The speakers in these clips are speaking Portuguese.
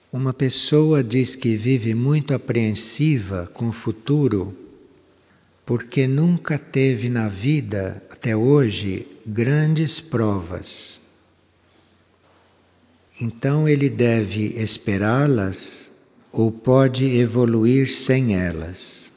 Uma pessoa diz que vive muito apreensiva com o futuro porque nunca teve na vida, até hoje, grandes provas. Então ele deve esperá-las ou pode evoluir sem elas.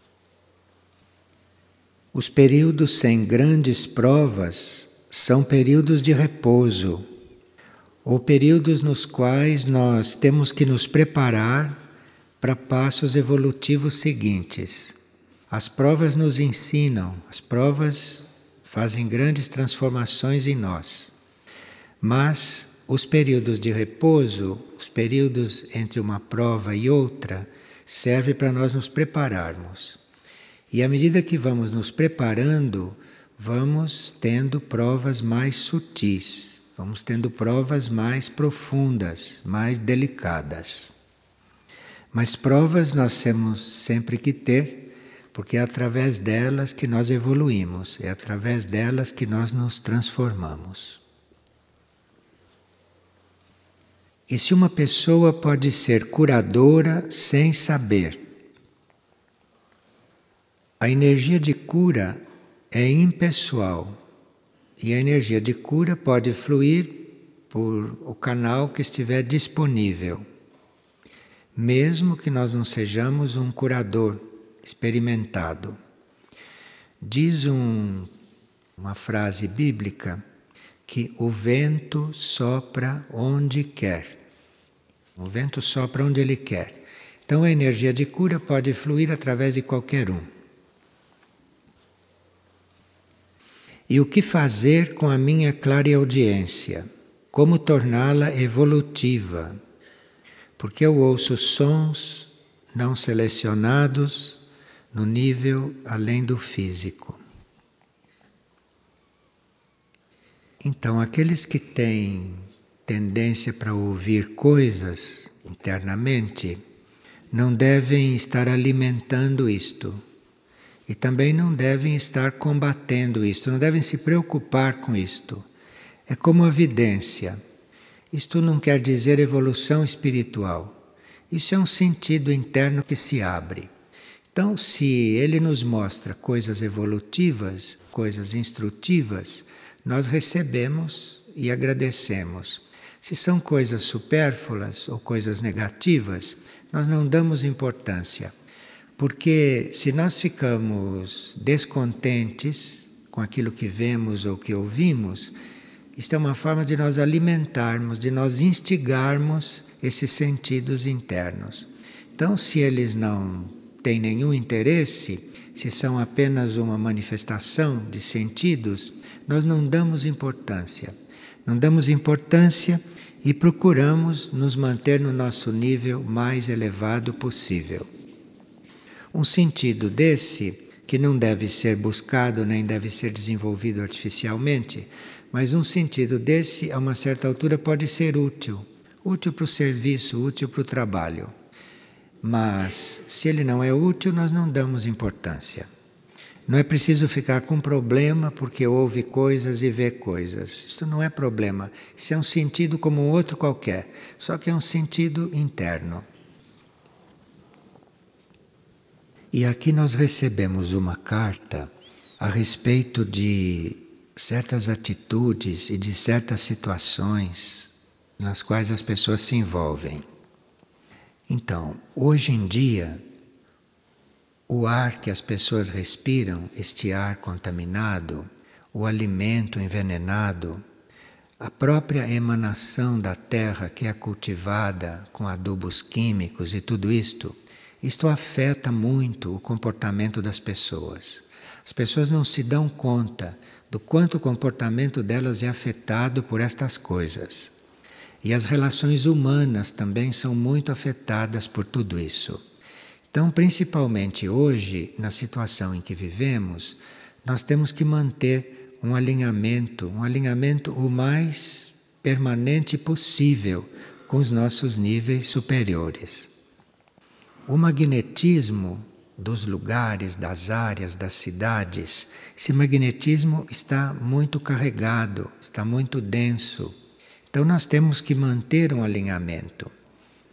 Os períodos sem grandes provas são períodos de repouso, ou períodos nos quais nós temos que nos preparar para passos evolutivos seguintes. As provas nos ensinam, as provas fazem grandes transformações em nós. Mas os períodos de repouso, os períodos entre uma prova e outra, servem para nós nos prepararmos. E à medida que vamos nos preparando, vamos tendo provas mais sutis, vamos tendo provas mais profundas, mais delicadas. Mas provas nós temos sempre que ter, porque é através delas que nós evoluímos, é através delas que nós nos transformamos. E se uma pessoa pode ser curadora sem saber? A energia de cura é impessoal e a energia de cura pode fluir por o canal que estiver disponível. Mesmo que nós não sejamos um curador experimentado. Diz uma frase bíblica que o vento sopra onde quer. O vento sopra onde ele quer. Então a energia de cura pode fluir através de qualquer um. E o que fazer com a minha clareaudiência? Como torná-la evolutiva? Porque eu ouço sons não selecionados no nível além do físico. Então, aqueles que têm tendência para ouvir coisas internamente, não devem estar alimentando isto. E também não devem estar combatendo isto, não devem se preocupar com isto. É como a vidência. Isto não quer dizer evolução espiritual. Isso é um sentido interno que se abre. Então, se ele nos mostra coisas evolutivas, coisas instrutivas, nós recebemos e agradecemos. Se são coisas supérfluas ou coisas negativas, nós não damos importância. Porque se nós ficamos descontentes com aquilo que vemos ou que ouvimos, isto é uma forma de nós alimentarmos, de nós instigarmos esses sentidos internos. Então, se eles não têm nenhum interesse, se são apenas uma manifestação de sentidos, nós não damos importância. Não damos importância e procuramos nos manter no nosso nível mais elevado possível. Um sentido desse, que não deve ser buscado nem deve ser desenvolvido artificialmente, mas um sentido desse, a uma certa altura, pode ser útil. Útil para o serviço, útil para o trabalho. Mas, se ele não é útil, nós não damos importância. Não é preciso ficar com problema porque ouve coisas e vê coisas. Isto não é problema. Isso é um sentido como um outro qualquer. Só que é um sentido interno. E aqui nós recebemos uma carta a respeito de certas atitudes e de certas situações nas quais as pessoas se envolvem. Então, hoje em dia, o ar que as pessoas respiram, este ar contaminado, o alimento envenenado, a própria emanação da terra que é cultivada com adubos químicos e tudo isto afeta muito o comportamento das pessoas. As pessoas não se dão conta do quanto o comportamento delas é afetado por estas coisas. E as relações humanas também são muito afetadas por tudo isso. Então, principalmente hoje, na situação em que vivemos, nós temos que manter um alinhamento o mais permanente possível com os nossos níveis superiores. O magnetismo dos lugares, das áreas, das cidades, esse magnetismo está muito carregado, está muito denso. Então nós temos que manter um alinhamento.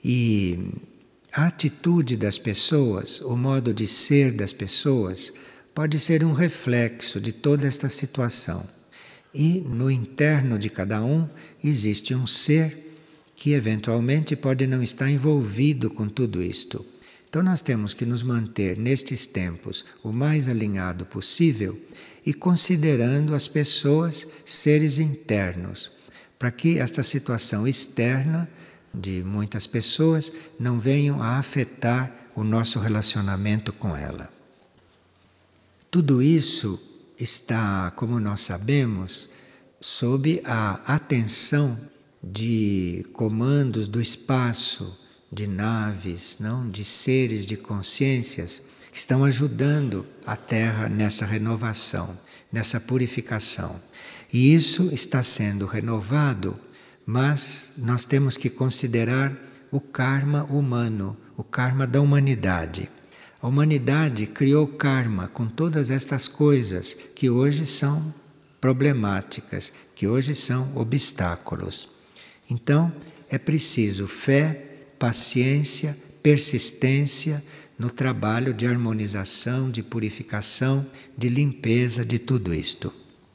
E a atitude das pessoas, o modo de ser das pessoas, pode ser um reflexo de toda esta situação. E no interno de cada um existe um ser que eventualmente pode não estar envolvido com tudo isto. Então nós temos que nos manter nestes tempos o mais alinhado possível e considerando as pessoas seres internos, para que esta situação externa de muitas pessoas não venham a afetar o nosso relacionamento com ela. Tudo isso está, como nós sabemos, sob a atenção de comandos do espaço, de naves, não, de seres de consciências que estão ajudando a Terra nessa renovação, nessa purificação. E isso está sendo renovado, mas nós temos que considerar o karma humano, o karma da humanidade. A humanidade criou karma com todas estas coisas que hoje são problemáticas, que hoje são obstáculos. Então, é preciso fé, paciência, persistência no trabalho de harmonização, de purificação, de limpeza de tudo isto.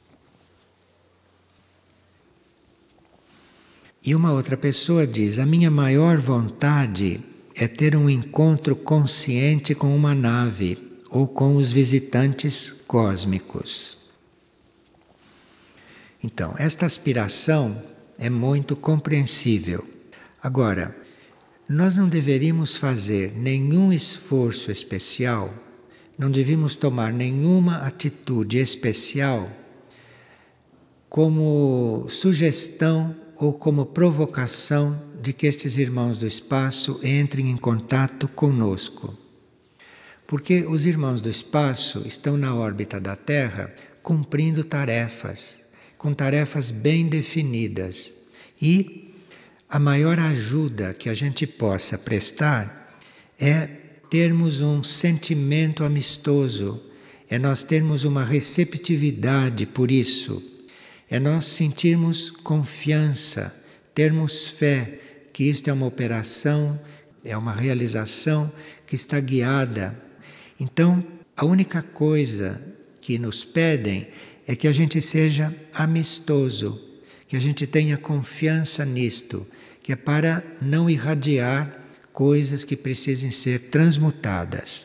E uma outra pessoa diz: a minha maior vontade é ter um encontro consciente com uma nave ou com os visitantes cósmicos. Então, esta aspiração é muito compreensível. Agora, nós não deveríamos fazer nenhum esforço especial, não devíamos tomar nenhuma atitude especial como sugestão ou como provocação de que estes irmãos do espaço entrem em contato conosco. Porque os irmãos do espaço estão na órbita da Terra cumprindo tarefas, com tarefas bem definidas. E a maior ajuda que a gente possa prestar é termos um sentimento amistoso, é nós termos uma receptividade por isso, é nós sentirmos confiança, termos fé que isto é uma operação, é uma realização que está guiada. Então, a única coisa que nos pedem é que a gente seja amistoso, que a gente tenha confiança nisto, que é para não irradiar coisas que precisem ser transmutadas.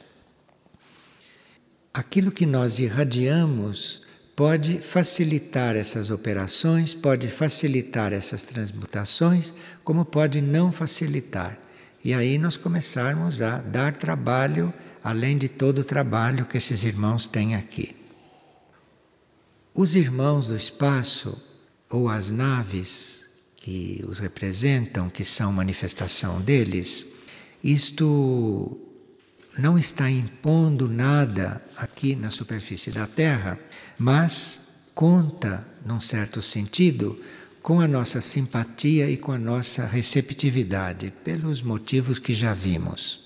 Aquilo que nós irradiamos pode facilitar essas operações, pode facilitar essas transmutações, como pode não facilitar. E aí nós começarmos a dar trabalho, além de todo o trabalho que esses irmãos têm aqui. Os irmãos do espaço, ou as naves que os representam, que são manifestação deles, isto não está impondo nada aqui na superfície da Terra, mas conta, num certo sentido, com a nossa simpatia e com a nossa receptividade, pelos motivos que já vimos.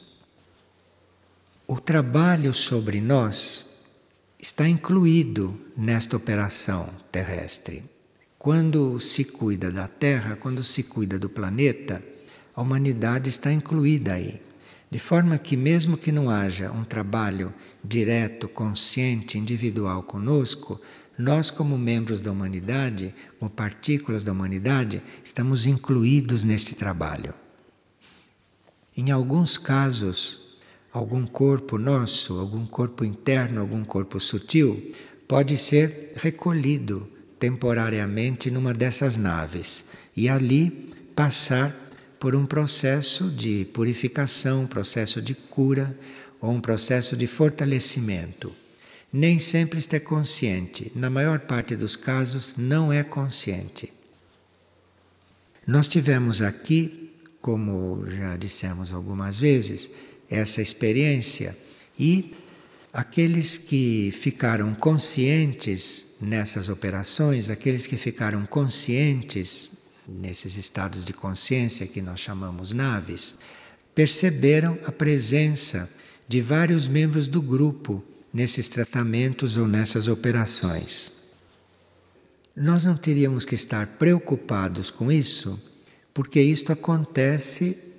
O trabalho sobre nós está incluído nesta operação terrestre. Quando se cuida da Terra, quando se cuida do planeta, a humanidade está incluída aí. De forma que mesmo que não haja um trabalho direto, consciente, individual conosco, nós como membros da humanidade, como partículas da humanidade, estamos incluídos neste trabalho. Em alguns casos, algum corpo nosso, algum corpo interno, algum corpo sutil, pode ser recolhido temporariamente numa dessas naves e ali passar por um processo de purificação, um processo de cura ou um processo de fortalecimento. Nem sempre isto é consciente, na maior parte dos casos não é consciente. Nós tivemos aqui, como já dissemos algumas vezes, essa experiência e aqueles que ficaram conscientes nessas operações, aqueles que ficaram conscientes nesses estados de consciência que nós chamamos naves, perceberam a presença de vários membros do grupo nesses tratamentos ou nessas operações. Nós não teríamos que estar preocupados com isso, porque isto acontece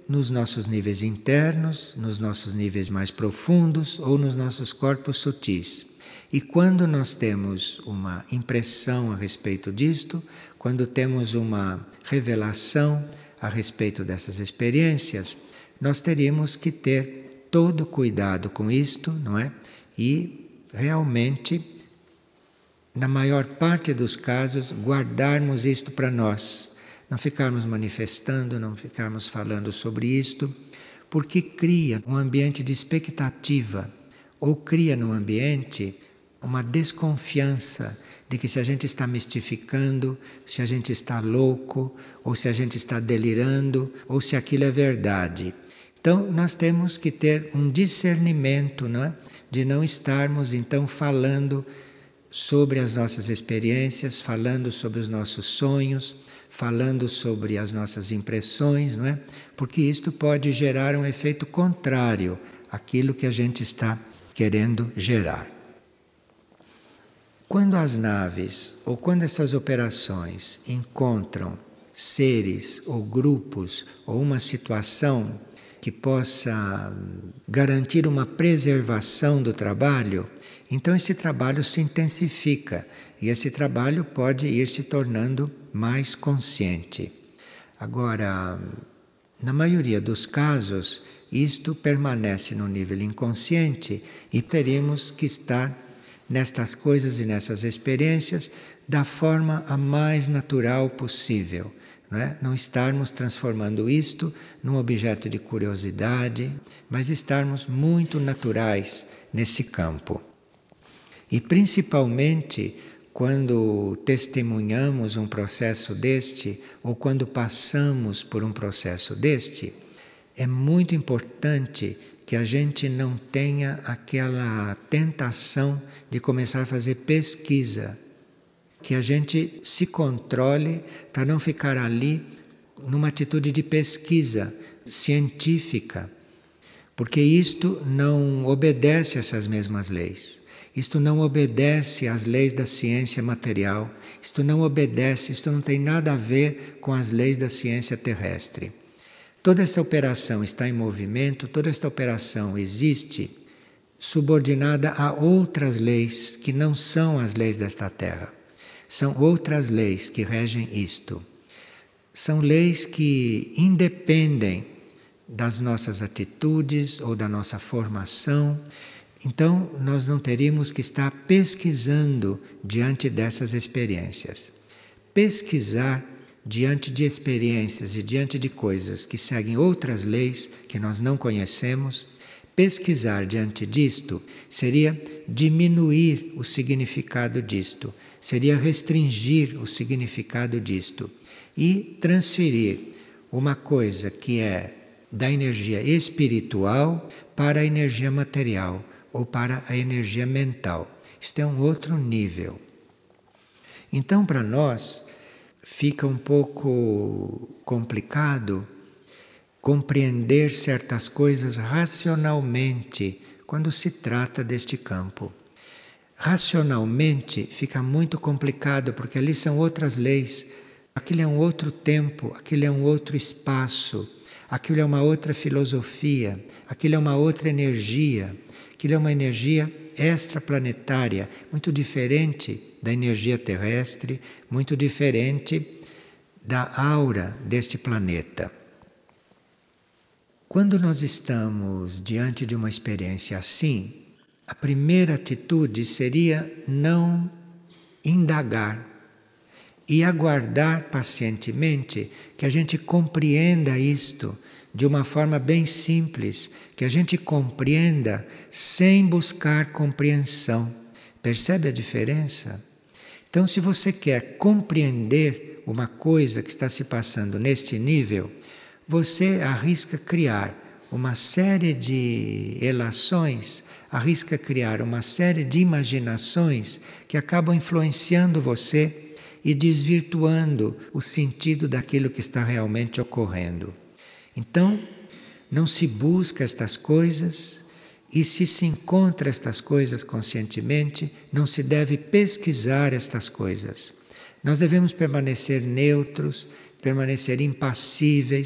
nos nossos níveis internos, nos nossos níveis mais profundos ou nos nossos corpos sutis. E quando nós temos uma impressão a respeito disto, quando temos uma revelação a respeito dessas experiências, nós teríamos que ter todo cuidado com isto, não é? E realmente, na maior parte dos casos, guardarmos isto para nós. Não ficarmos manifestando, não ficarmos falando sobre isto, porque cria um ambiente de expectativa, ou cria no ambiente uma desconfiança de que se a gente está mistificando, se a gente está louco, ou se a gente está delirando, ou se aquilo é verdade. Então, nós temos que ter um discernimento, não é? De não estarmos, então, falando sobre as nossas experiências, falando sobre os nossos sonhos, falando sobre as nossas impressões, não é? Porque isto pode gerar um efeito contrário àquilo que a gente está querendo gerar. Quando as naves ou quando essas operações encontram seres ou grupos ou uma situação que possa garantir uma preservação do trabalho, então esse trabalho se intensifica e esse trabalho pode ir se tornando mais consciente. Agora, na maioria dos casos, isto permanece no nível inconsciente e teríamos que estar nestas coisas e nessas experiências da forma a mais natural possível. Não estarmos transformando isto num objeto de curiosidade, mas estarmos muito naturais nesse campo. E principalmente quando testemunhamos um processo deste, ou quando passamos por um processo deste, é muito importante que a gente não tenha aquela tentação de começar a fazer pesquisa, que a gente se controle para não ficar ali numa atitude de pesquisa científica, porque isto não obedece a essas mesmas leis. Isto não obedece às leis da ciência material, isto não tem nada a ver com as leis da ciência terrestre. Toda essa operação está em movimento, toda esta operação existe subordinada a outras leis que não são as leis desta terra. São outras leis que regem isto. São leis que independem das nossas atitudes ou da nossa formação. Então, nós não teríamos que estar pesquisando diante dessas experiências. Pesquisar diante de experiências e diante de coisas que seguem outras leis que nós não conhecemos, pesquisar diante disto seria diminuir o significado disto, seria restringir o significado disto e transferir uma coisa que é da energia espiritual para a energia material ou para a energia mental. Isto é um outro nível. Então, para nós, fica um pouco complicado compreender certas coisas racionalmente quando se trata deste campo. Racionalmente fica muito complicado, porque ali são outras leis, aquilo é um outro tempo, aquilo é um outro espaço, aquilo é uma outra filosofia, aquilo é uma outra energia, aquilo é uma energia extraplanetária, muito diferente da energia terrestre, muito diferente da aura deste planeta. Quando nós estamos diante de uma experiência assim, a primeira atitude seria não indagar e aguardar pacientemente que a gente compreenda isto de uma forma bem simples, que a gente compreenda sem buscar compreensão. Percebe a diferença? Então, se você quer compreender uma coisa que está se passando neste nível, você arrisca criar uma série de relações, arrisca criar uma série de imaginações que acabam influenciando você e desvirtuando o sentido daquilo que está realmente ocorrendo. Então, não se busca estas coisas, e se encontra estas coisas conscientemente, não se deve pesquisar estas coisas. Nós devemos permanecer neutros, permanecer impassíveis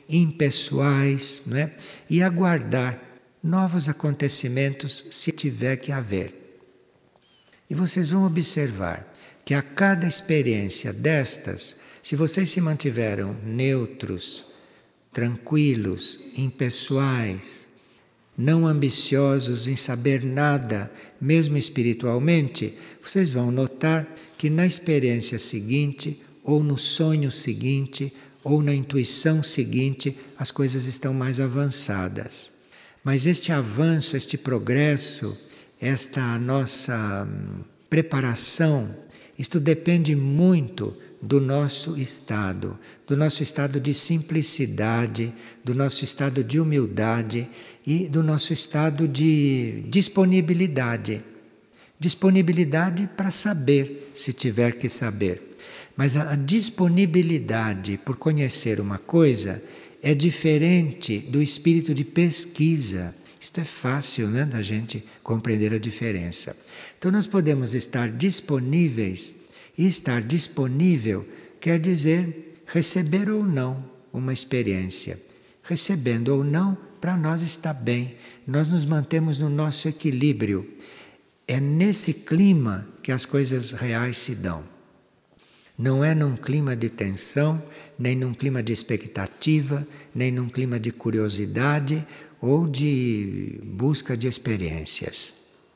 impessoais, não é? E aguardar novos acontecimentos se tiver que haver. E vocês vão observar que a cada experiência destas, se vocês se mantiveram neutros, tranquilos, impessoais, não ambiciosos em saber nada, mesmo espiritualmente, vocês vão notar que na experiência seguinte, ou no sonho seguinte, ou na intuição seguinte, as coisas estão mais avançadas. Mas este avanço, este progresso, esta nossa preparação, isto depende muito do nosso estado de simplicidade, do nosso estado de humildade e do nosso estado de disponibilidade. Disponibilidade para saber, se tiver que saber. Mas a disponibilidade por conhecer uma coisa é diferente do espírito de pesquisa. Isto é fácil, né, da gente compreender a diferença. Então nós podemos estar disponíveis, e estar disponível quer dizer receber ou não uma experiência. Recebendo ou não, para nós está bem. Nós nos mantemos no nosso equilíbrio. É nesse clima que as coisas reais se dão. Não é num clima de tensão, nem num clima de expectativa, nem num clima de curiosidade ou de busca de experiências.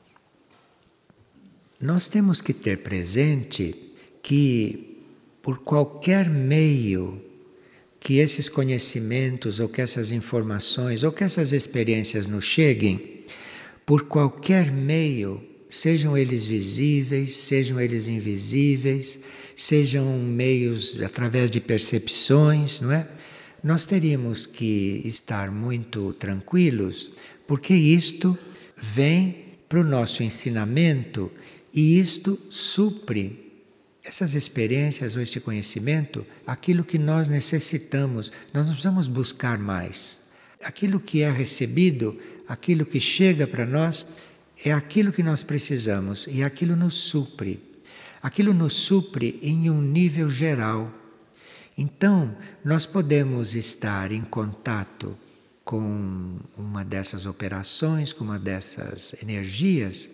Nós temos que ter presente que, por qualquer meio que esses conhecimentos, ou que essas informações, ou que essas experiências nos cheguem, por qualquer meio, sejam eles visíveis, sejam eles invisíveis, sejam meios através de percepções, não é? Nós teríamos que estar muito tranquilos, porque isto vem para o nosso ensinamento e isto supre essas experiências ou esse conhecimento, aquilo que nós necessitamos. Nós não precisamos buscar mais. Aquilo que é recebido, aquilo que chega para nós, é aquilo que nós precisamos e aquilo nos supre. Aquilo nos supre em um nível geral. Então, nós podemos estar em contato com uma dessas operações, com uma dessas energias,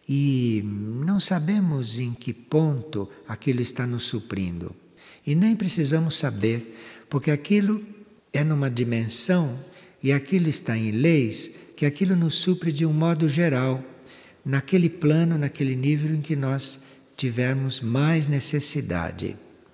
e não sabemos em que ponto aquilo está nos suprindo. E nem precisamos saber, porque aquilo é numa dimensão e aquilo está em leis que aquilo nos supre de um modo geral, naquele plano, naquele nível em que nós tivermos mais necessidade.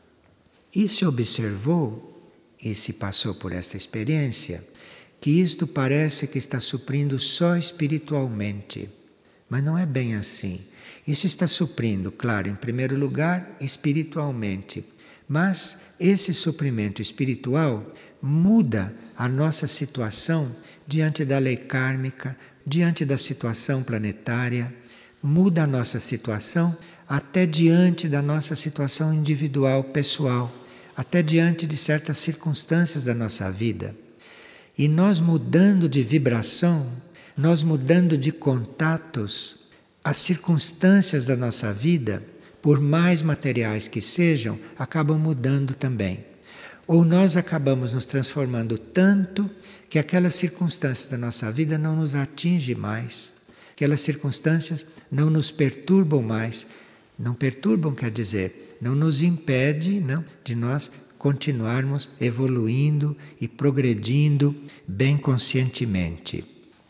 E se observou, e se passou por esta experiência, que isto parece que está suprindo só espiritualmente. Mas não é bem assim. Isso está suprindo, claro, em primeiro lugar, espiritualmente. Mas esse suprimento espiritual muda a nossa situação diante da lei kármica, diante da situação planetária, muda a nossa situação até diante da nossa situação individual, pessoal, até diante de certas circunstâncias da nossa vida. E nós mudando de vibração, nós mudando de contatos, as circunstâncias da nossa vida, por mais materiais que sejam, acabam mudando também. Ou nós acabamos nos transformando tanto que aquelas circunstâncias da nossa vida não nos atingem mais, aquelas circunstâncias não nos perturbam mais. Não perturbam quer dizer, não nos impede, não, de nós continuarmos evoluindo e progredindo bem conscientemente.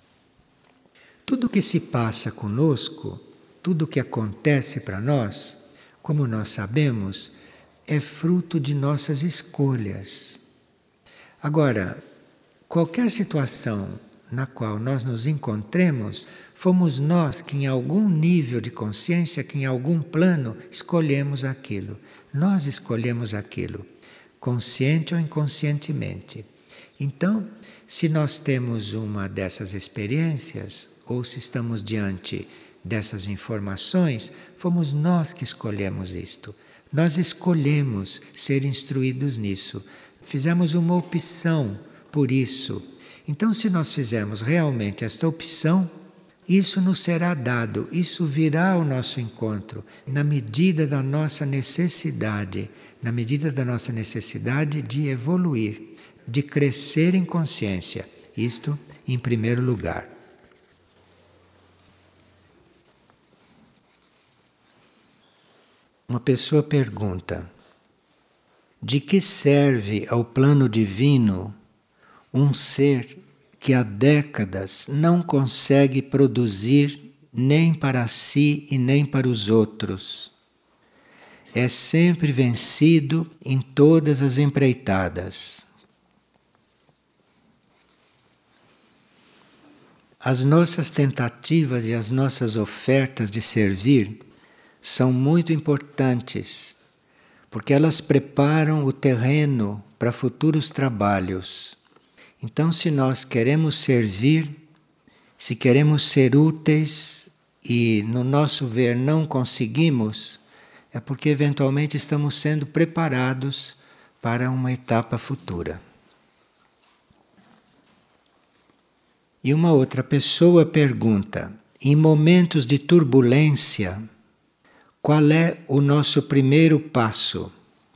Tudo que se passa conosco, tudo que acontece para nós, como nós sabemos, é fruto de nossas escolhas. Agora, qualquer situação na qual nós nos encontremos, fomos nós que em algum nível de consciência, que em algum plano, escolhemos aquilo. Nós escolhemos aquilo, consciente ou inconscientemente. Então, se nós temos uma dessas experiências, ou se estamos diante dessas informações, fomos nós que escolhemos isto. Nós escolhemos ser instruídos nisso. Fizemos uma opção por isso. Então, se nós fizermos realmente esta opção, isso nos será dado, isso virá ao nosso encontro, na medida da nossa necessidade de evoluir, de crescer em consciência. Isto em primeiro lugar. Uma pessoa pergunta: de que serve ao plano divino um ser que há décadas não consegue produzir nem para si e nem para os outros? É sempre vencido em todas as empreitadas. As nossas tentativas e as nossas ofertas de servir são muito importantes, porque elas preparam o terreno para futuros trabalhos. Então, se nós queremos servir, se queremos ser úteis e, no nosso ver, não conseguimos, é porque eventualmente estamos sendo preparados para uma etapa futura. E uma outra pessoa pergunta: em momentos de turbulência, qual é o nosso primeiro passo?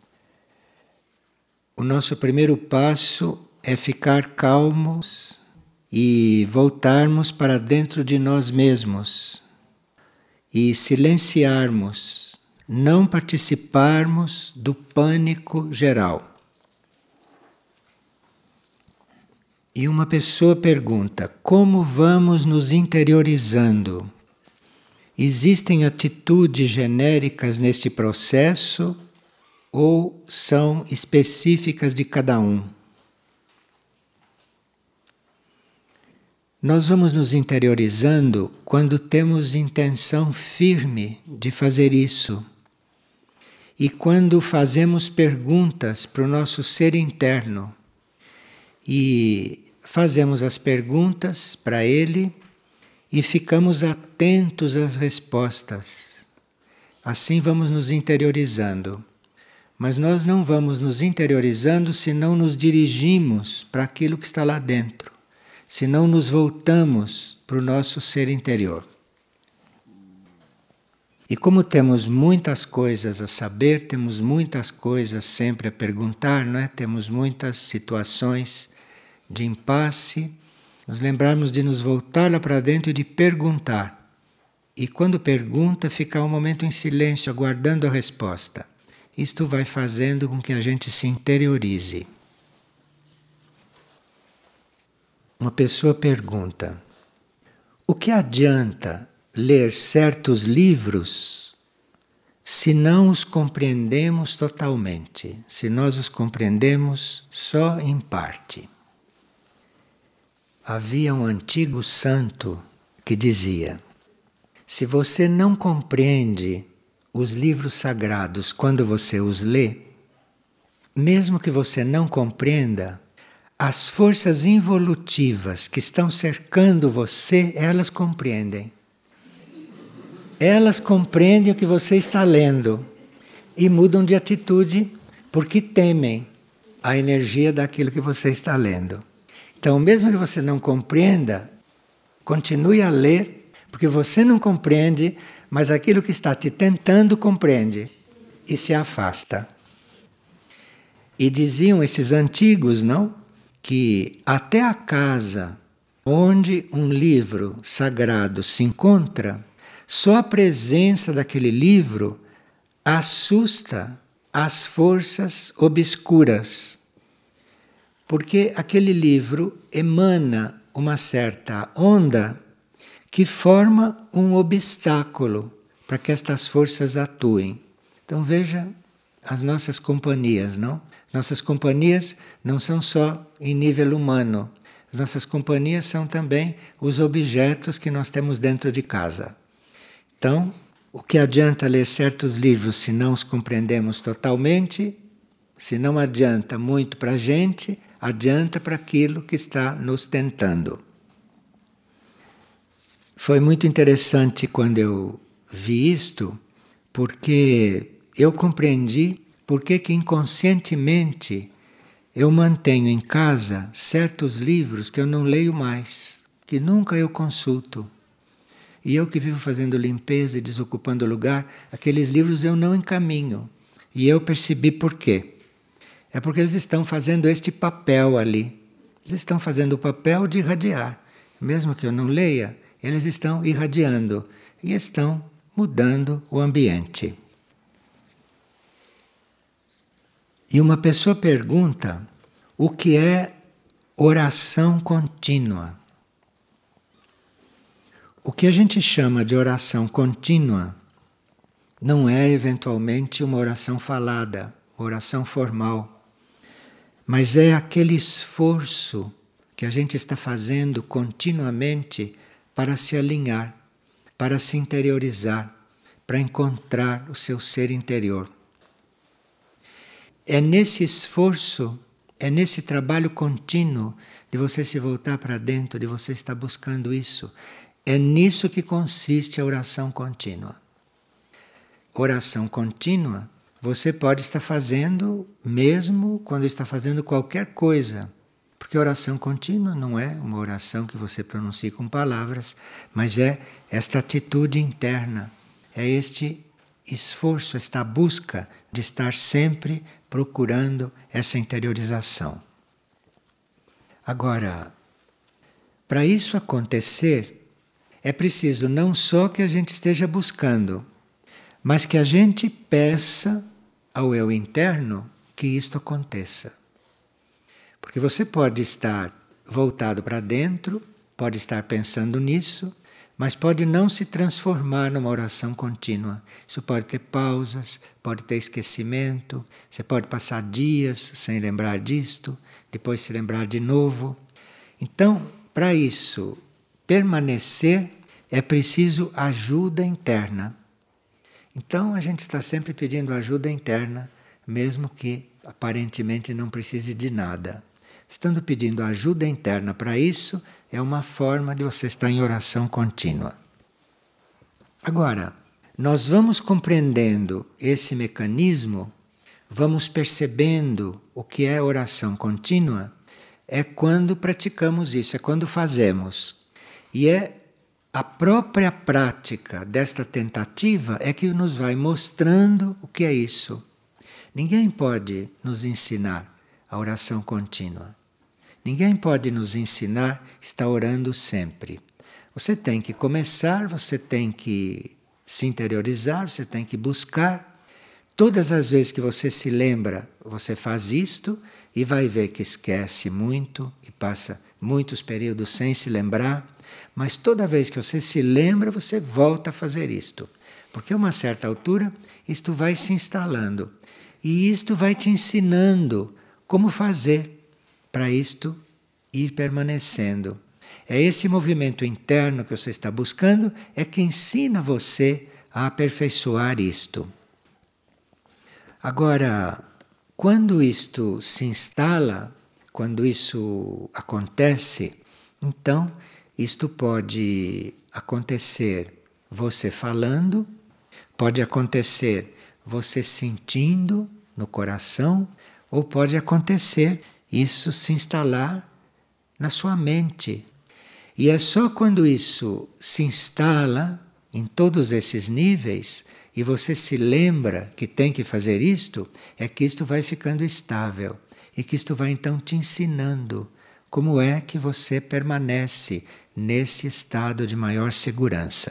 O nosso primeiro passo é ficar calmos e voltarmos para dentro de nós mesmos e silenciarmos, não participarmos do pânico geral. E uma pessoa pergunta: como vamos nos interiorizando? Existem atitudes genéricas neste processo ou são específicas de cada um? Nós vamos nos interiorizando quando temos intenção firme de fazer isso. E quando fazemos perguntas para o nosso ser interno. E fazemos as perguntas para ele e ficamos atentos às respostas. Assim vamos nos interiorizando. Mas nós não vamos nos interiorizando se não nos dirigimos para aquilo que está lá dentro, se não nos voltamos para o nosso ser interior. E como temos muitas coisas a saber, temos muitas coisas sempre a perguntar, não é? Temos muitas situações de impasse, nos lembrarmos de nos voltar lá para dentro e de perguntar. E quando pergunta, ficar um momento em silêncio, aguardando a resposta. Isto vai fazendo com que a gente se interiorize. Uma pessoa pergunta: o que adianta ler certos livros se não os compreendemos totalmente, se nós os compreendemos só em parte? Havia um antigo santo que dizia: se você não compreende os livros sagrados quando você os lê, mesmo que você não compreenda, as forças involutivas que estão cercando você, elas compreendem. Elas compreendem o que você está lendo e mudam de atitude porque temem a energia daquilo que você está lendo. Então, mesmo que você não compreenda, continue a ler, porque você não compreende, mas aquilo que está te tentando compreende e se afasta. E diziam esses antigos, não? Que até a casa onde um livro sagrado se encontra, só a presença daquele livro assusta as forças obscuras. Porque aquele livro emana uma certa onda que forma um obstáculo para que estas forças atuem. Então veja as nossas companhias, não? Nossas companhias não são só em nível humano. As nossas companhias são também os objetos que nós temos dentro de casa. Então, o que adianta ler certos livros se não os compreendemos totalmente? Se não adianta muito para a gente, adianta para aquilo que está nos tentando. Foi muito interessante quando eu vi isto, porque eu compreendi por que inconscientemente eu mantenho em casa certos livros que eu não leio mais, que nunca eu consulto. E eu que vivo fazendo limpeza e desocupando o lugar, aqueles livros eu não encaminho. E eu percebi por quê. É porque eles estão fazendo este papel ali. Eles estão fazendo o papel de irradiar. Mesmo que eu não leia, eles estão irradiando e estão mudando o ambiente. E uma pessoa pergunta o que é oração contínua. O que a gente chama de oração contínua não é eventualmente uma oração falada, oração formal, mas é aquele esforço que a gente está fazendo continuamente para se alinhar, para se interiorizar, para encontrar o seu ser interior. É nesse esforço, é nesse trabalho contínuo de você se voltar para dentro, de você estar buscando isso. É nisso que consiste a oração contínua. Oração contínua você pode estar fazendo mesmo quando está fazendo qualquer coisa. Porque oração contínua não é uma oração que você pronuncia com palavras, mas é esta atitude interna, é este esforço, esta busca de estar sempre procurando essa interiorização. Agora, para isso acontecer, é preciso não só que a gente esteja buscando, mas que a gente peça ao eu interno que isto aconteça. Porque você pode estar voltado para dentro, pode estar pensando nisso, mas pode não se transformar numa oração contínua. Isso pode ter pausas, pode ter esquecimento, você pode passar dias sem lembrar disto, depois se lembrar de novo. Então, para isso permanecer, é preciso ajuda interna. Então, a gente está sempre pedindo ajuda interna, mesmo que aparentemente não precise de nada. Estando pedindo ajuda interna para isso, é uma forma de você estar em oração contínua. Agora, nós vamos compreendendo esse mecanismo, vamos percebendo o que é oração contínua, é quando praticamos isso, é quando fazemos. E é a própria prática desta tentativa é que nos vai mostrando o que é isso. Ninguém pode nos ensinar a oração contínua. Ninguém pode nos ensinar a estar orando sempre. Você tem que começar, você tem que se interiorizar, você tem que buscar. Todas as vezes que você se lembra, você faz isto e vai ver que esquece muito e passa muitos períodos sem se lembrar. Mas toda vez que você se lembra, você volta a fazer isto. Porque a uma certa altura, isto vai se instalando. E isto vai te ensinando como fazer para isto ir permanecendo. É esse movimento interno que você está buscando, é que ensina você a aperfeiçoar isto. Agora, quando isto se instala, quando isso acontece, então isto pode acontecer você falando, pode acontecer você sentindo no coração, ou pode acontecer isso se instalar na sua mente. E é só quando isso se instala em todos esses níveis e você se lembra que tem que fazer isto, é que isto vai ficando estável e que isto vai então te ensinando como é que você permanece nesse estado de maior segurança.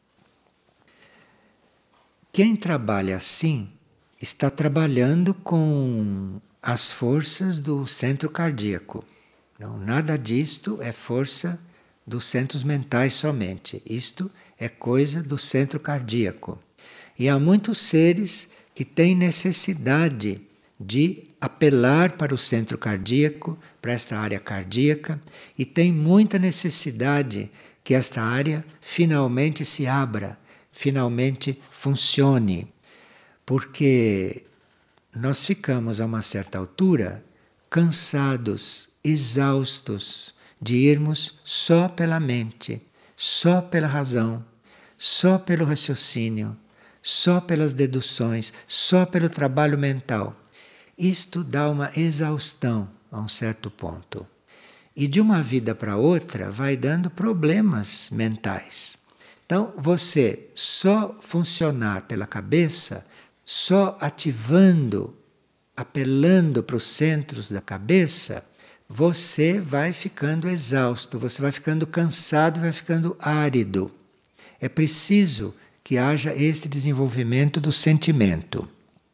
Quem trabalha assim está trabalhando com as forças do centro cardíaco. Não, nada disto é força dos centros mentais somente. Isto é coisa do centro cardíaco. E há muitos seres que têm necessidade de apelar para o centro cardíaco, para esta área cardíaca, e tem muita necessidade que esta área finalmente se abra, finalmente funcione. Porque nós ficamos a uma certa altura cansados, exaustos de irmos só pela mente, só pela razão, só pelo raciocínio, só pelas deduções, só pelo trabalho mental. Isto dá uma exaustão a um certo ponto. E de uma vida para outra vai dando problemas mentais. Então, você só funcionar pela cabeça, só ativando apelando para os centros da cabeça, você vai ficando exausto, você vai ficando cansado, vai ficando árido. É preciso que haja este desenvolvimento do sentimento.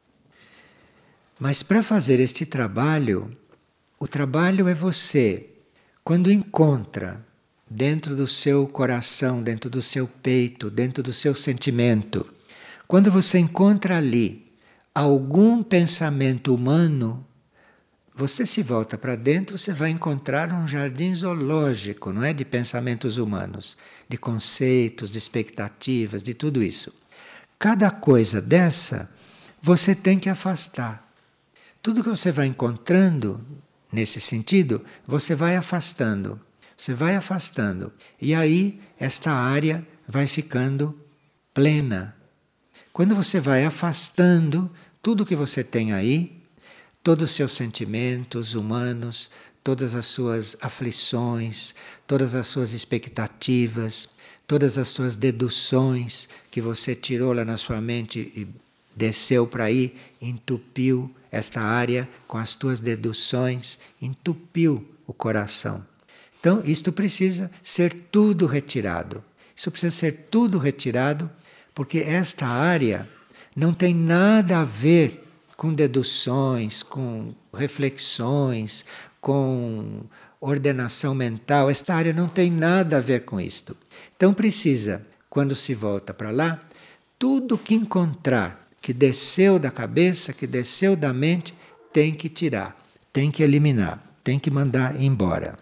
Mas para fazer este trabalho, o trabalho é você, quando encontra dentro do seu coração, dentro do seu peito, dentro do seu sentimento, quando você encontra ali algum pensamento humano, você se volta para dentro, você vai encontrar um jardim zoológico, não é? De pensamentos humanos, de conceitos, de expectativas, de tudo isso. Cada coisa dessa, você tem que afastar. Tudo que você vai encontrando nesse sentido, você vai afastando. Você vai afastando. E aí, esta área vai ficando plena. Quando você vai afastando tudo que você tem aí, todos os seus sentimentos humanos, todas as suas aflições, todas as suas expectativas, todas as suas deduções que você tirou lá na sua mente e desceu para aí, entupiu esta área com as tuas deduções, entupiu o coração. Então, isto precisa ser tudo retirado. Isso precisa ser tudo retirado, porque esta área não tem nada a ver com deduções, com reflexões, com ordenação mental. Esta área não tem nada a ver com isto. Então precisa, quando se volta para lá, tudo que encontrar que desceu da cabeça, que desceu da mente, tem que tirar, tem que eliminar, tem que mandar embora.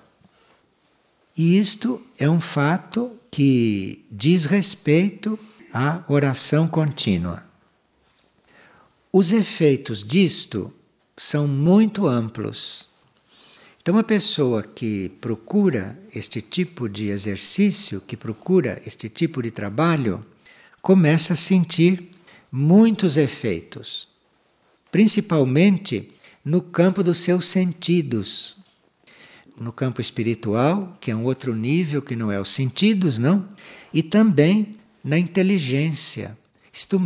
E isto é um fato que diz respeito à oração contínua. Os efeitos disto são muito amplos. Então, a pessoa que procura este tipo de exercício, que procura este tipo de trabalho, começa a sentir muitos efeitos, principalmente no campo dos seus sentidos. No campo espiritual, que é um outro nível que não é os sentidos, não? E também na inteligência. Isto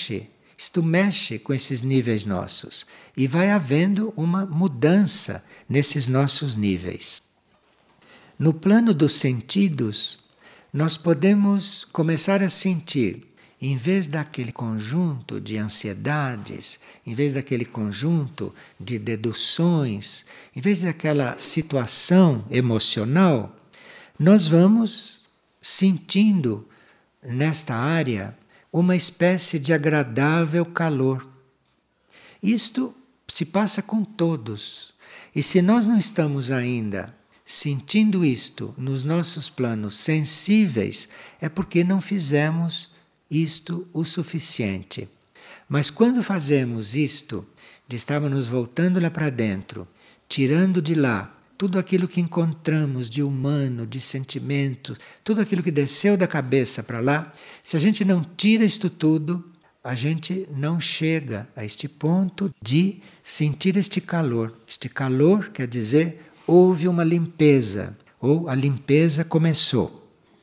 mexe com esses níveis nossos. E vai havendo uma mudança nesses nossos níveis. No plano dos sentidos, nós podemos começar a sentir, em vez daquele conjunto de ansiedades, em vez daquele conjunto de deduções, em vez daquela situação emocional, nós vamos sentindo nesta área uma espécie de agradável calor. Isto se passa com todos. E se nós não estamos ainda sentindo isto nos nossos planos sensíveis, é porque não fizemos isto o suficiente. Mas quando fazemos isto, de estarmos nos voltando lá para dentro, tirando de lá tudo aquilo que encontramos de humano, de sentimento, tudo aquilo que desceu da cabeça para lá, se a gente não tira isto tudo, a gente não chega a este ponto de sentir este calor. Este calor quer dizer, houve uma limpeza, ou a limpeza começou.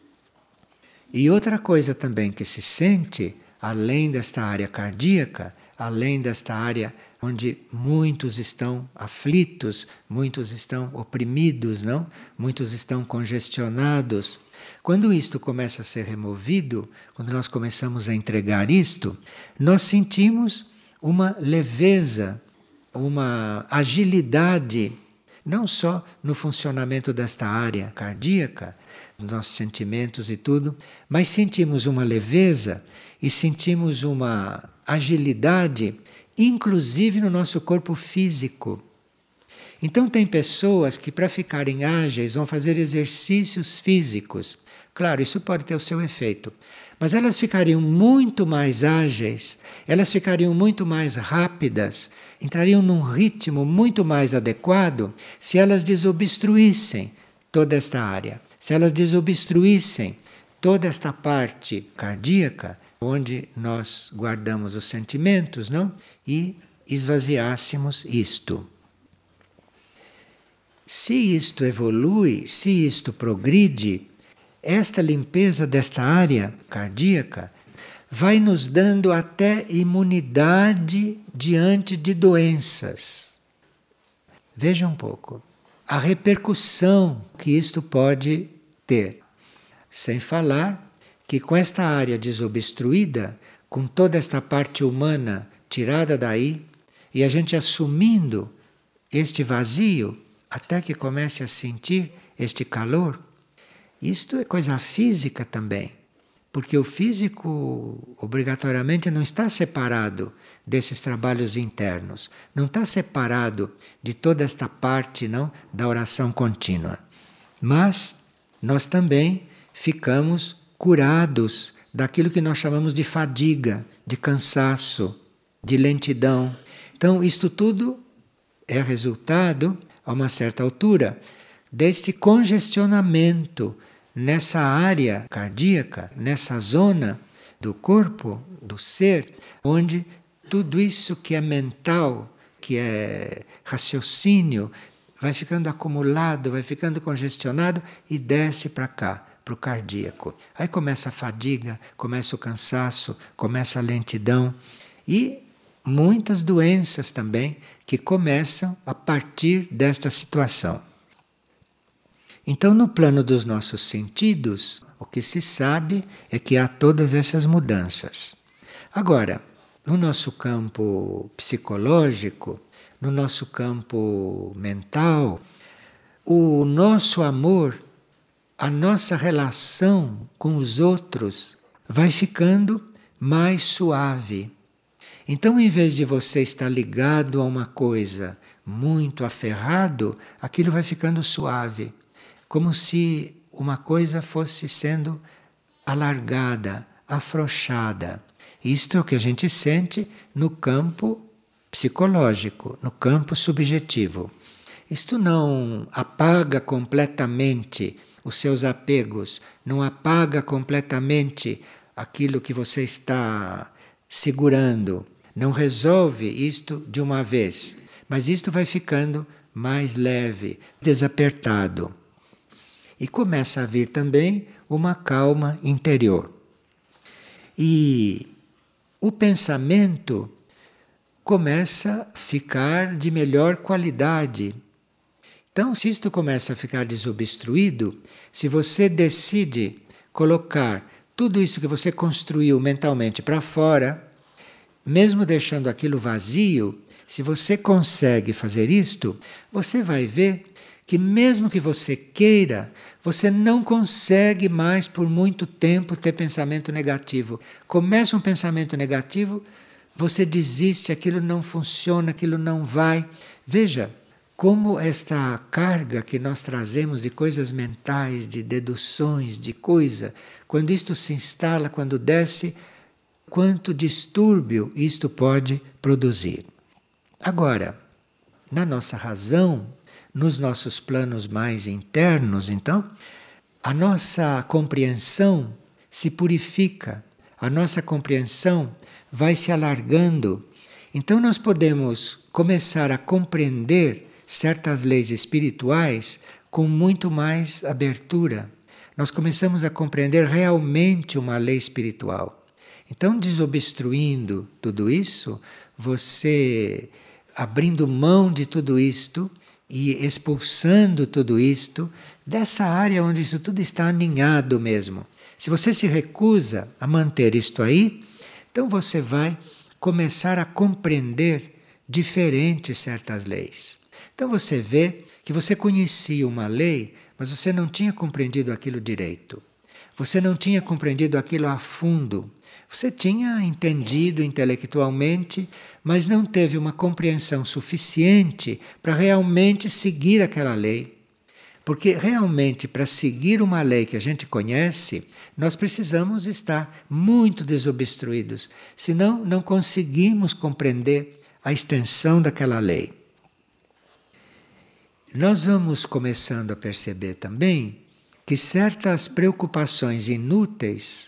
E outra coisa também que se sente, além desta área cardíaca, além desta área onde muitos estão aflitos, muitos estão oprimidos, não? Muitos estão congestionados. Quando isto começa a ser removido, quando nós começamos a entregar isto, nós sentimos uma leveza, uma agilidade, não só no funcionamento desta área cardíaca, nossos sentimentos e tudo, mas sentimos uma leveza e sentimos uma agilidade, inclusive no nosso corpo físico. Então tem pessoas que para ficarem ágeis vão fazer exercícios físicos. Claro, isso pode ter o seu efeito, mas elas ficariam muito mais ágeis, elas ficariam muito mais rápidas, entrariam num ritmo muito mais adequado se elas desobstruíssem toda esta área. Se elas desobstruíssem toda esta parte cardíaca, onde nós guardamos os sentimentos, não? E esvaziássemos isto. Se isto evolui, se isto progride, esta limpeza desta área cardíaca vai nos dando até imunidade diante de doenças. Veja um pouco a repercussão que isto pode ter. Sem falar que com esta área desobstruída, com toda esta parte humana tirada daí, e a gente assumindo este vazio, até que comece a sentir este calor, isto é coisa física também. Porque o físico, obrigatoriamente, não está separado desses trabalhos internos. Não está separado de toda esta parte, não, da oração contínua. Mas nós também ficamos curados daquilo que nós chamamos de fadiga, de cansaço, de lentidão. Então, isto tudo é resultado, a uma certa altura, deste congestionamento nessa área cardíaca, nessa zona do corpo, do ser, onde tudo isso que é mental, que é raciocínio, vai ficando acumulado, vai ficando congestionado e desce para cá, para o cardíaco. Aí começa a fadiga, começa o cansaço, começa a lentidão e muitas doenças também que começam a partir desta situação. Então, no plano dos nossos sentidos, o que se sabe é que há todas essas mudanças. Agora, no nosso campo psicológico, no nosso campo mental, o nosso amor, a nossa relação com os outros vai ficando mais suave. Então, em vez de você estar ligado a uma coisa muito aferrado, aquilo vai ficando suave. Como se uma coisa fosse sendo alargada, afrouxada. Isto é o que a gente sente no campo psicológico, no campo subjetivo. Isto não apaga completamente os seus apegos, não apaga completamente aquilo que você está segurando, não resolve isto de uma vez, mas isto vai ficando mais leve, desapertado. E começa a vir também uma calma interior. E o pensamento começa a ficar de melhor qualidade. Então, se isto começa a ficar desobstruído, se você decide colocar tudo isso que você construiu mentalmente para fora, mesmo deixando aquilo vazio, se você consegue fazer isto, você vai ver que mesmo que você queira, você não consegue mais por muito tempo ter pensamento negativo. Começa um pensamento negativo, você desiste, aquilo não funciona, aquilo não vai. Veja como esta carga que nós trazemos de coisas mentais, de deduções, de coisa, quando isto se instala, quando desce, quanto distúrbio isto pode produzir. Agora, na nossa razão, nos nossos planos mais internos, então, a nossa compreensão se purifica, a nossa compreensão vai se alargando. Então, nós podemos começar a compreender certas leis espirituais com muito mais abertura. Nós começamos a compreender realmente uma lei espiritual. Então, desobstruindo tudo isso, você abrindo mão de tudo isto, e expulsando tudo isto dessa área onde isso tudo está aninhado mesmo. Se você se recusa a manter isto aí, então você vai começar a compreender diferente certas leis. Então você vê que você conhecia uma lei, mas você não tinha compreendido aquilo direito. Você não tinha compreendido aquilo a fundo. Você tinha entendido intelectualmente, mas não teve uma compreensão suficiente para realmente seguir aquela lei. Porque realmente, para seguir uma lei que a gente conhece, nós precisamos estar muito desobstruídos. Senão, não conseguimos compreender a extensão daquela lei. Nós vamos começando a perceber também que certas preocupações inúteis,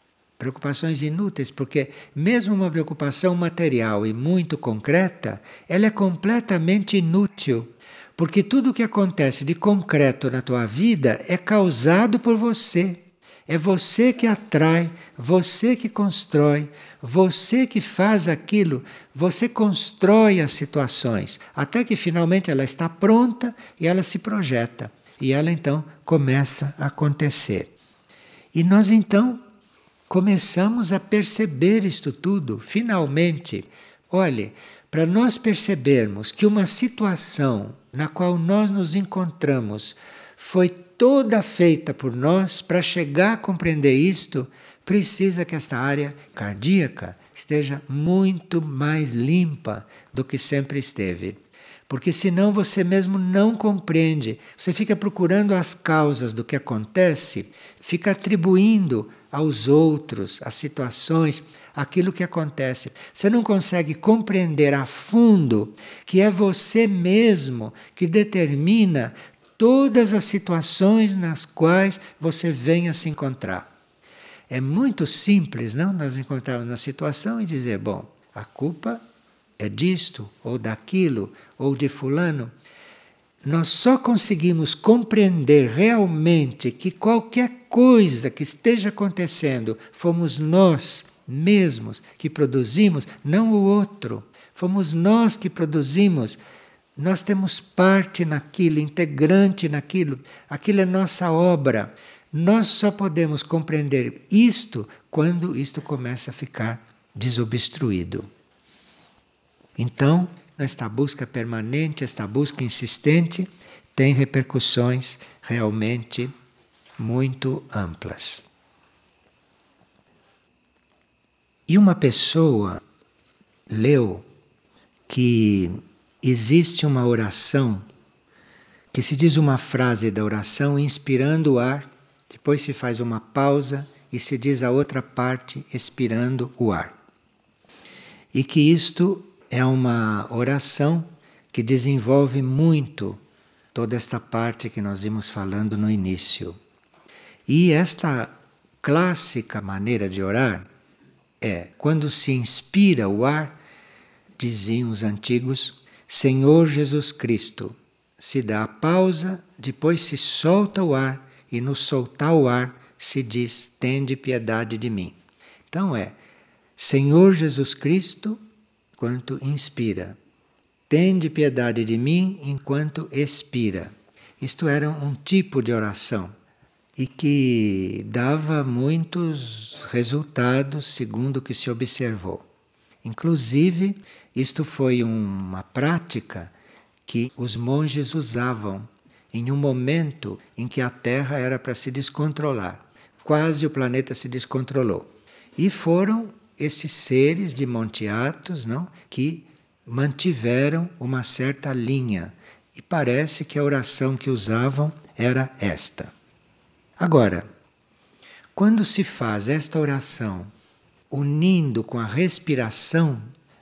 porque mesmo uma preocupação material e muito concreta, ela é completamente inútil, porque tudo o que acontece de concreto na tua vida é causado por você, É você que atrai, você que constrói, você que faz aquilo, você constrói as situações, até que finalmente ela está pronta e ela se projeta. E ela então começa a acontecer. E nós então começamos a perceber isto tudo, finalmente. Olhe, para nós percebermos que uma situação na qual nós nos encontramos foi toda feita por nós, para chegar a compreender isto, precisa que esta área cardíaca esteja muito mais limpa do que sempre esteve. Porque senão você mesmo não compreende. Você fica procurando as causas do que acontece, fica atribuindo aos outros, às situações, aquilo que acontece. Você não consegue compreender a fundo que é você mesmo que determina todas as situações nas quais você venha se encontrar. É muito simples, não? Nós encontrarmos uma situação e dizer, bom, a culpa é disto, ou daquilo, ou de fulano. Nós só conseguimos compreender realmente que qualquer coisa que esteja acontecendo, fomos nós mesmos que produzimos, não o outro. Fomos nós que produzimos. Nós temos parte naquilo, integrante naquilo. Aquilo é nossa obra. Nós só podemos compreender isto quando isto começa a ficar desobstruído. Então, esta busca permanente, esta busca insistente, tem repercussões realmente muito amplas. E uma pessoa leu que existe uma oração, que se diz uma frase da oração inspirando o ar, depois se faz uma pausa e se diz a outra parte expirando o ar. E que isto é uma oração que desenvolve muito toda esta parte que nós vimos falando no início. E esta clássica maneira de orar é, quando se inspira o ar, diziam os antigos, Senhor Jesus Cristo. Se dá a pausa, depois se solta o ar, e no soltar o ar se diz, tende piedade de mim. Então é, Senhor Jesus Cristo, enquanto inspira. Tende piedade de mim enquanto expira. Isto era um tipo de oração e que dava muitos resultados segundo o que se observou. Inclusive, isto foi uma prática que os monges usavam em um momento em que a Terra era para se descontrolar. Quase o planeta se descontrolou. E foram esses seres de Monte Athos, não, que mantiveram uma certa linha. E parece que a oração que usavam era esta. Agora, quando se faz esta oração unindo com a respiração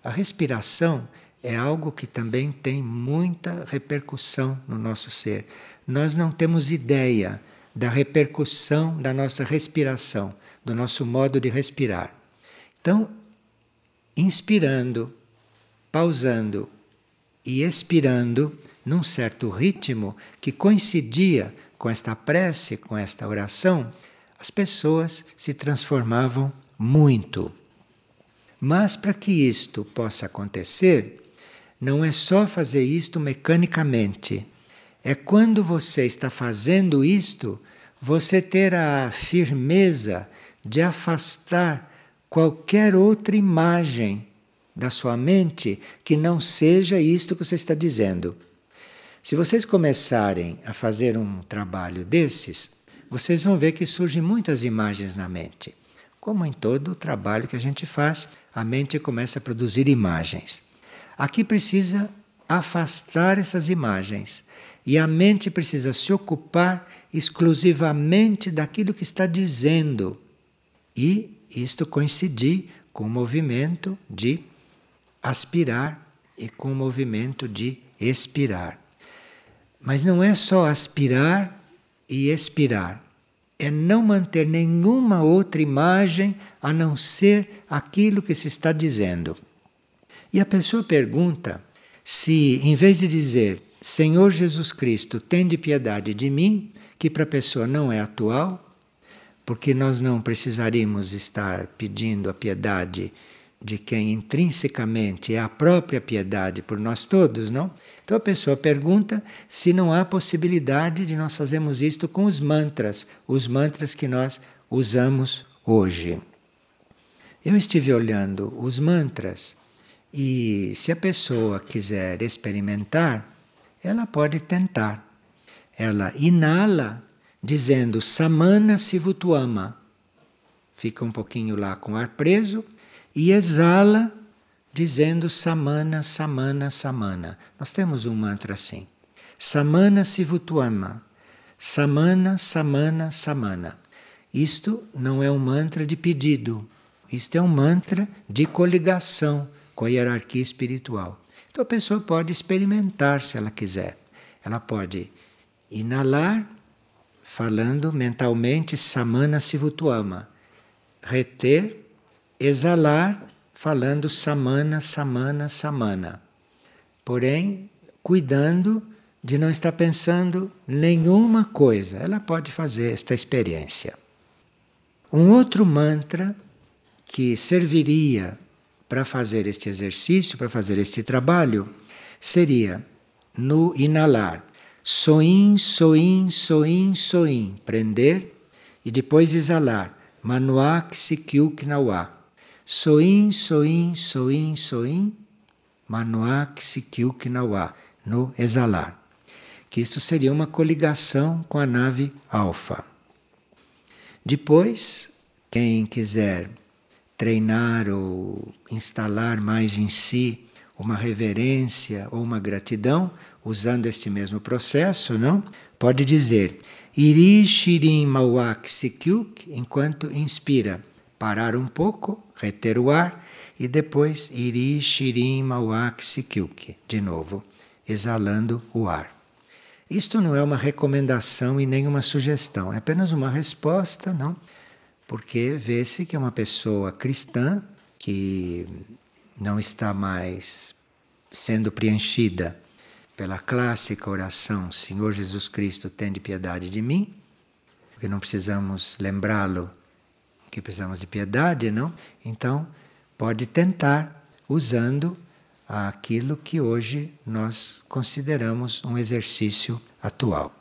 é algo que também tem muita repercussão no nosso ser. Nós não temos ideia da repercussão da nossa respiração, do nosso modo de respirar. Então, inspirando, pausando e expirando num certo ritmo que coincidia com esta prece, com esta oração, as pessoas se transformavam muito. Mas para que isto possa acontecer, não é só fazer isto mecanicamente. É quando você está fazendo isto, você ter a firmeza de afastar qualquer outra imagem da sua mente que não seja isto que você está dizendo. Se vocês começarem a fazer um trabalho desses, vocês vão ver que surgem muitas imagens na mente. Como em todo o trabalho que a gente faz, a mente começa a produzir imagens. Aqui precisa afastar essas imagens. E a mente precisa se ocupar exclusivamente daquilo que está dizendo. E isto coincidir com o movimento de aspirar e com o movimento de expirar. Mas não é só aspirar e expirar. É não manter nenhuma outra imagem a não ser aquilo que se está dizendo. E a pessoa pergunta se, em vez de dizer Senhor Jesus Cristo, tende piedade de mim, que para a pessoa não é atual, porque nós não precisaríamos estar pedindo a piedade de quem intrinsecamente é a própria piedade por nós todos, não? Então a pessoa pergunta se não há possibilidade de nós fazermos isto com os mantras que nós usamos hoje. Eu estive olhando os mantras e se a pessoa quiser experimentar, ela pode tentar. Ela inala dizendo Samana Sivutuama. Fica um pouquinho lá com o ar preso e exala dizendo Samana, Samana, Samana. Nós temos um mantra assim. Samana Sivutuama. Samana, Samana, Samana. Isto não é um mantra de pedido. Isto é um mantra de coligação com a hierarquia espiritual. Então a pessoa pode experimentar se ela quiser. Ela pode inalar falando mentalmente Samana Sivutuama. Reter, exalar falando Samana, Samana, Samana. Porém, cuidando de não estar pensando nenhuma coisa. Ela pode fazer esta experiência. Um outro mantra que serviria para fazer este exercício, para fazer este trabalho, seria no inalar. Soin, soin, soin, soin. Prender e depois exalar. Manuak sikyuk nawa. Soin, soin, soin, soin. Manuak sikyuk nawa. No exalar. Que isso seria uma coligação com a nave alfa. Depois, quem quiser treinar ou instalar mais em si uma reverência ou uma gratidão, usando este mesmo processo, não? Pode dizer Iri Shirin Mawak Sikyuk, enquanto inspira. Parar um pouco, reter o ar e depois Iri Shirin Mawak Sikyuk, de novo, exalando o ar. Isto não é uma recomendação e nem uma sugestão, é apenas uma resposta, não? Porque vê-se que é uma pessoa cristã que não está mais sendo preenchida pela clássica oração Senhor Jesus Cristo, tende piedade de mim, porque não precisamos lembrá-lo que precisamos de piedade, não? Então, pode tentar usando aquilo que hoje nós consideramos um exercício atual.